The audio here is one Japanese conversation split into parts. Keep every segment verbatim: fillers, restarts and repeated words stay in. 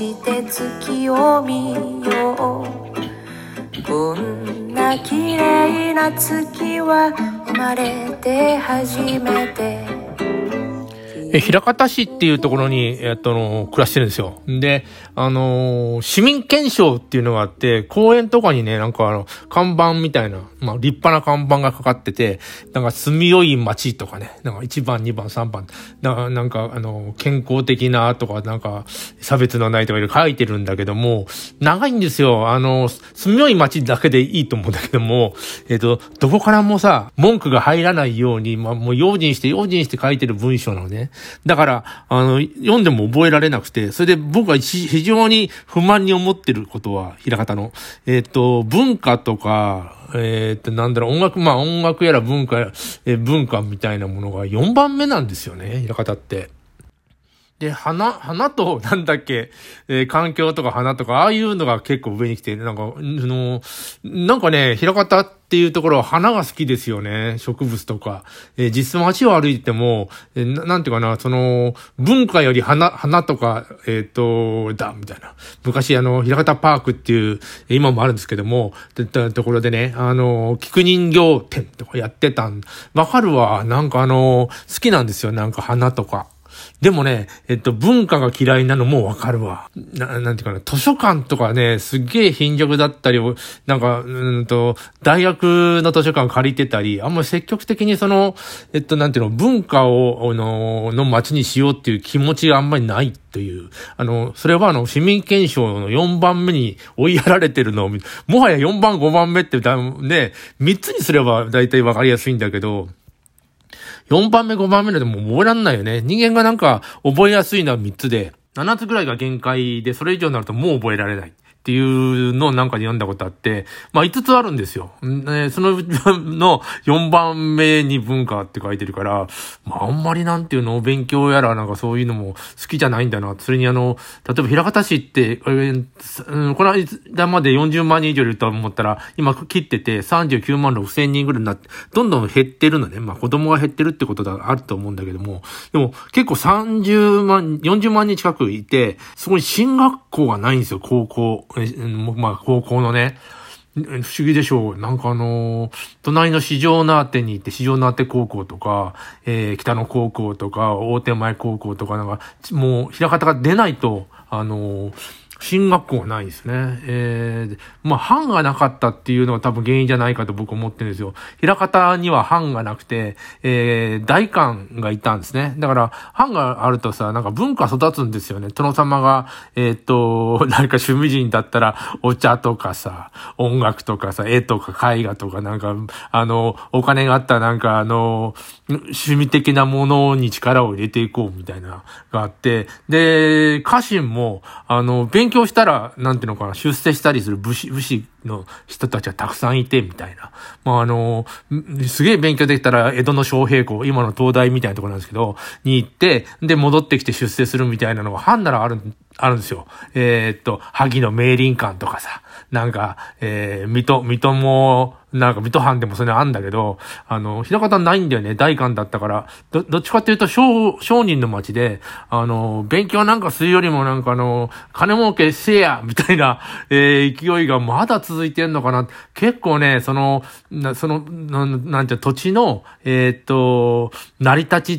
して月を見よう。こんな綺麗な月は生まれて初めて。 え、枚方市っていうところに、えっと、暮らしてるんですよ。で、あのー、市民憲章っていうのがあって、公園とかにね、なんかあの、看板みたいな、まあ、立派な看板がかかってて、なんか住みよい町とかね、なんかいちばん、にばん、さんばん、ななんかあの、健康的なとか、なんか、差別のないとかいろいろ書いてるんだけども、長いんですよ。あの、住みよい町だけでいいと思うんだけども、えっと、どこからもさ、文句が入らないように、まあ、もう用心して、用心して書いてる文章なのね。だから、あの、読んでも覚えられなくて、それで僕が非常に不満に思ってることは、枚方の、えっと、文化とか、えっと、なんだろう、音楽、まあ音楽やら文化やら、え文化みたいなものがよんばんめなんですよね、枚方って。で、花、花と、なんだっけ、えー、環境とか花とか、ああいうのが結構上に来て、なんか、あの、なんかね、枚方っていうところは花が好きですよね。植物とか。えー、実際街を歩いても、えーな、なんていうかな、その、文化より花、花とか、えっと、だ、みたいな。昔、あの、枚方パークっていう、今もあるんですけども、ってったところでね、あの、菊人形展とかやってたん、わかるわ。なんかあの、好きなんですよ。なんか花とか。でもね、えっと、文化が嫌いなのもわかるわ。な、なんていうかな、図書館とかね、すっげえ貧弱だったり、なんか、うんと、大学の図書館借りてたり、あんまり積極的にその、えっと、なんていうの、文化を、の、の街にしようっていう気持ちがあんまりないという。あの、それはあの、市民憲章のよんばんめに追いやられてるのを、もはやよんばん、ごばんめってだ、ね、みっつにすれば大体わかりやすいんだけど、よんばんめ、ごばんめでも覚えらんないよね。人間がなんか覚えやすいのはみっつで、ななつぐらいが限界で、それ以上になるともう覚えられない。っていうのをなんかで読んだことあって、まあいつつあるんですよ。ね、そののよんばんめに文化って書いてるから、まああんまりなんていうのを勉強やらなんかそういうのも好きじゃないんだな。それにあの、例えば枚方市って、えー、この間までよんじゅうまんにん以上いると思ったら、今切っててさんじゅうきゅうまんろくせんにんぐらいになって、どんどん減ってるのね。まあ子供が減ってるってことがあると思うんだけども、でも結構さんじゅうまん、よんじゅうまんにん近くいて、そこに進学校がないんですよ、高校。まあ、高校のね、不思議でしょう。なんかあのー、隣の四条名手に行って、四条名手高校とか、えー、北野高校とか、大手前高校とか、なんか、もう、枚方が出ないと、あのー、進学校がないですね。えー、まあ、班がなかったっていうのが多分原因じゃないかと僕思ってるんですよ。枚方には班がなくて、えー、大官がいたんですね。だから、班があるとさ、なんか文化育つんですよね。殿様が、えー、っと、なんか趣味人だったら、お茶とかさ、音楽とかさ、絵とか絵画とかなんか、あの、お金があったらなんかあの、趣味的なものに力を入れていこうみたいな、があって、で、家臣も、あの、勉強したら、なんていうのかな、出世したりする武士、武士の人たちはたくさんいて、みたいな。まあ、あの、すげえ勉強できたら、江戸の昌平校、今の東大みたいなところなんですけど、に行って、で、戻ってきて出世するみたいなのが、藩ならある、あるんですよ。えー、っと、萩の明倫館とかさ、なんか、えー、水戸、水戸も、なんか、水戸藩でもそれあんだけど、あの、枚方ないんだよね、大官だったから。ど、どっちかっていうと、商、商人の町で、あの、勉強なんかするよりもなんかあの、金儲けせやみたいな、えー、勢いがまだ続いてんのかな。結構ね、その、な、その、ななんて土地の、えー、っと、成り立ちって、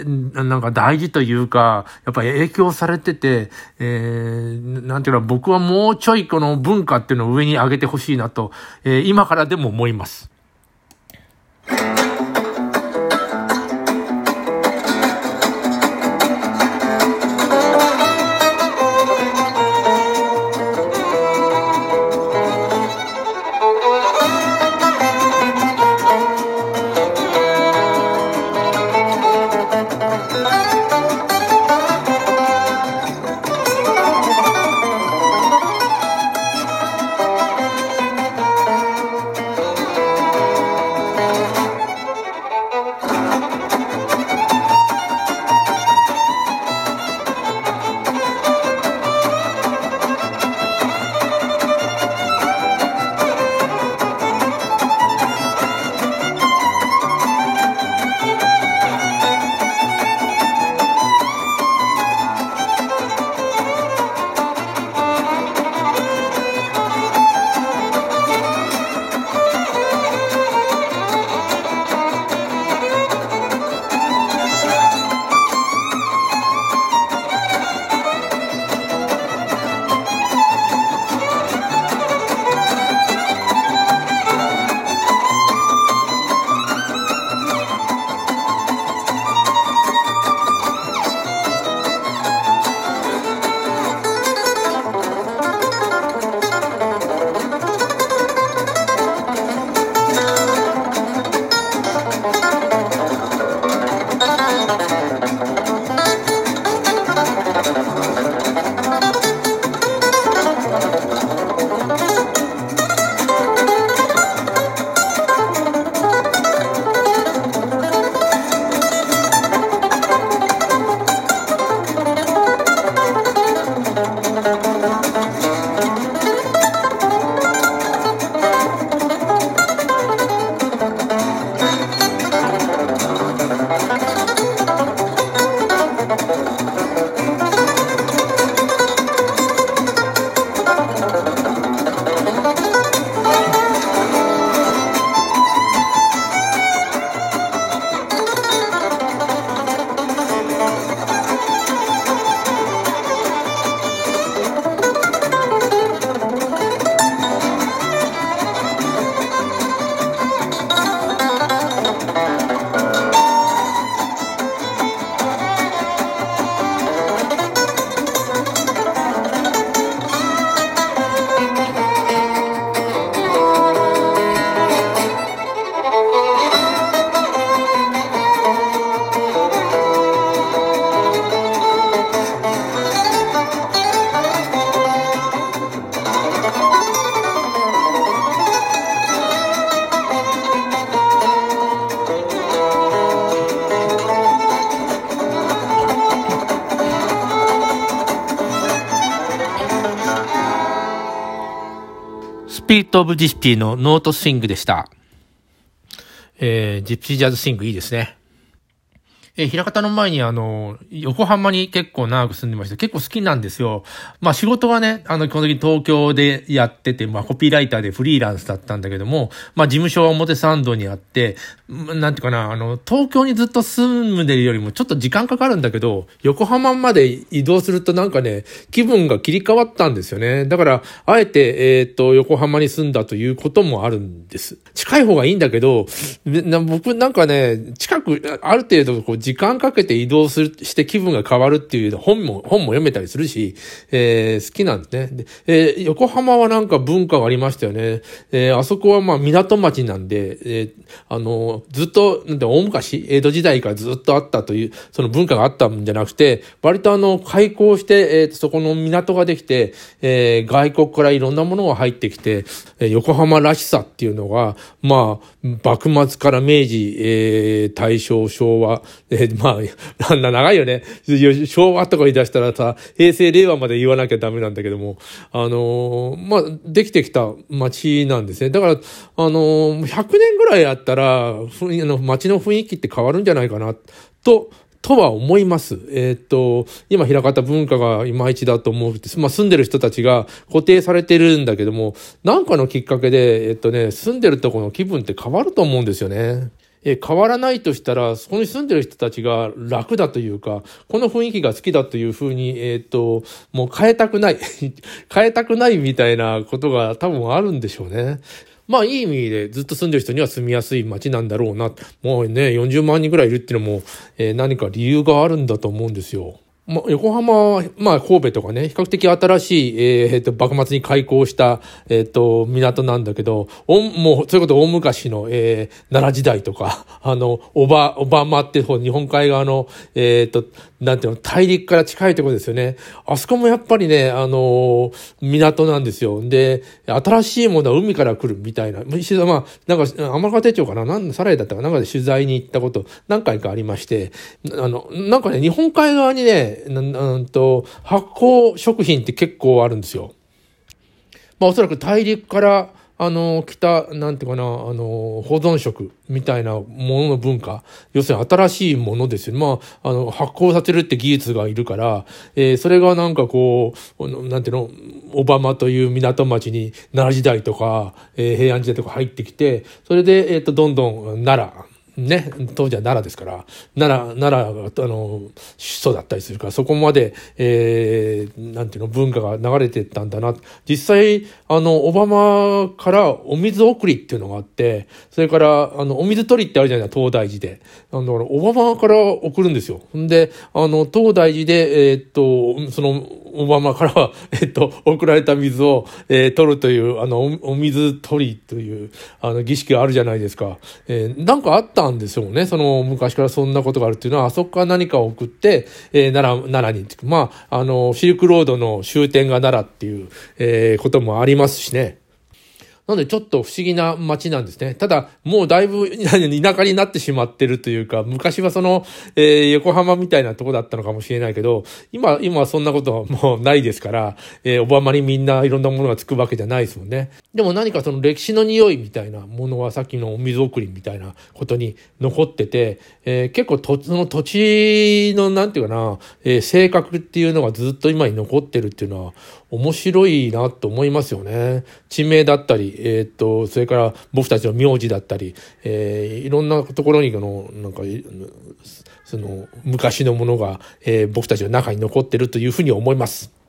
なんか大事というか、やっぱり影響されてて、えー、なんていうの、僕はもうちょいこの文化っていうのを上に上げてほしいなと、えー、今からでも思います。 ピリットオブジプシーのノートスイングでした。えー、ジプシージャズスイングいいですね。えー、平方の前にあの、横浜に結構長く住んでました。結構好きなんですよ。まあ仕事はね、あの、基本的に東京でやってて、まあコピーライターでフリーランスだったんだけども、まあ事務所は表参道にあって、なんていうかな、あの、東京にずっと住んでるよりもちょっと時間かかるんだけど、横浜まで移動するとなんかね、気分が切り替わったんですよね。だから、あえて、えっと、横浜に住んだということもあるんです。近い方がいいんだけど、僕なんかね、近く、ある程度こう、時間かけて移動する、して気分が変わるっていう本も、本も読めたりするし、えー、好きなんですね。で、えー、横浜はなんか文化がありましたよね。えー、あそこはまあ港町なんで、えー、あの、ずっと、なんて大昔、江戸時代からずっとあったという、その文化があったんじゃなくて、割とあの、開港して、えー、そこの港ができて、えー、外国からいろんなものが入ってきて、えー、横浜らしさっていうのが、まあ、幕末から明治、えー、大正、昭和、えー、まあ、なんだ、長いよね。昭和とか言い出したらさ、平成、令和まで言わなきゃダメなんだけども、あのー、まあ、できてきた街なんですね。だから、あのー、ひゃくねんぐらいあったら、あの街の雰囲気って変わるんじゃないかな、と、とは思います。えー、っと、今、平方文化がいまいちだと思う。まあ、住んでる人たちが固定されてるんだけども、なんかのきっかけで、えー、っとね、住んでるところの気分って変わると思うんですよね。えー、変わらないとしたら、そこに住んでる人たちが楽だというか、この雰囲気が好きだというふうに、えー、っと、もう変えたくない。変えたくないみたいなことが多分あるんでしょうね。まあいい意味でずっと住んでる人には住みやすい街なんだろうな。もうね、よんじゅうまんにんぐらいいるっていうのも、えー、何か理由があるんだと思うんですよ。まあ、横浜は、まあ、神戸とかね、比較的新しい、えー、えー、と、幕末に開港した、えっ、ー、と、港なんだけど、お、もう、そういうこと大昔の、えー、奈良時代とか、あの、おば、おばまって、日本海側の、えっ、ー、と、なんていうの、大陸から近いところですよね。あそこもやっぱりね、あの、港なんですよ。で、新しいものは海から来るみたいな、まあ、なんか、天川手帳かな、なんサライだったかなんかで取材に行ったこと何回かありまして、あの、なんかね、日本海側にね、うんと発酵食品って結構あるんですよ。まあおそらく大陸からあの来たなんていうかなあの保存食みたいなものの文化、要するに新しいものですよ。まああの発酵させるって技術がいるから、えー、それがなんかこうなんていうの小浜という港町に奈良時代とか、えー、平安時代とか入ってきて、それでえっとどんどん奈良ね、当時は奈良ですから、奈良、奈良が、あの、首都だったりするから、そこまで、えー、なんていうの、文化が流れていったんだな。実際、あの、小浜からお水送りっていうのがあって、それから、あの、お水取りってあるじゃないですか、東大寺で。あの、小浜から送るんですよ。んで、あの、東大寺で、えー、っと、その、小浜からは、えっと、送られた水を、えー、取るという、あのお、お水取りという、あの、儀式があるじゃないですか。えー、なんかあったんですよね。その、昔からそんなことがあるっていうのは、あそこから何かを送って、えー、奈良、奈良に、まあ、あの、シルクロードの終点が奈良っていう、えー、こともありますしね。なのでちょっと不思議な街なんですね。ただ、もうだいぶ田舎になってしまってるというか、昔はその、えー、横浜みたいなとこだったのかもしれないけど、今、今はそんなことはもうないですから、えー、小浜にみんないろんなものがつくわけじゃないですもんね。でも何かその歴史の匂いみたいなものはさっきのお水送りみたいなことに残ってて、えー、結構と、その土地のなんていうかな、えー、性格っていうのがずっと今に残ってるっていうのは面白いなと思いますよね。地名だったり、えー、っと、それから僕たちの名字だったり、えー、いろんなところに、あの、なんか、その、昔のものが、えー、僕たちの中に残ってるというふうに思います。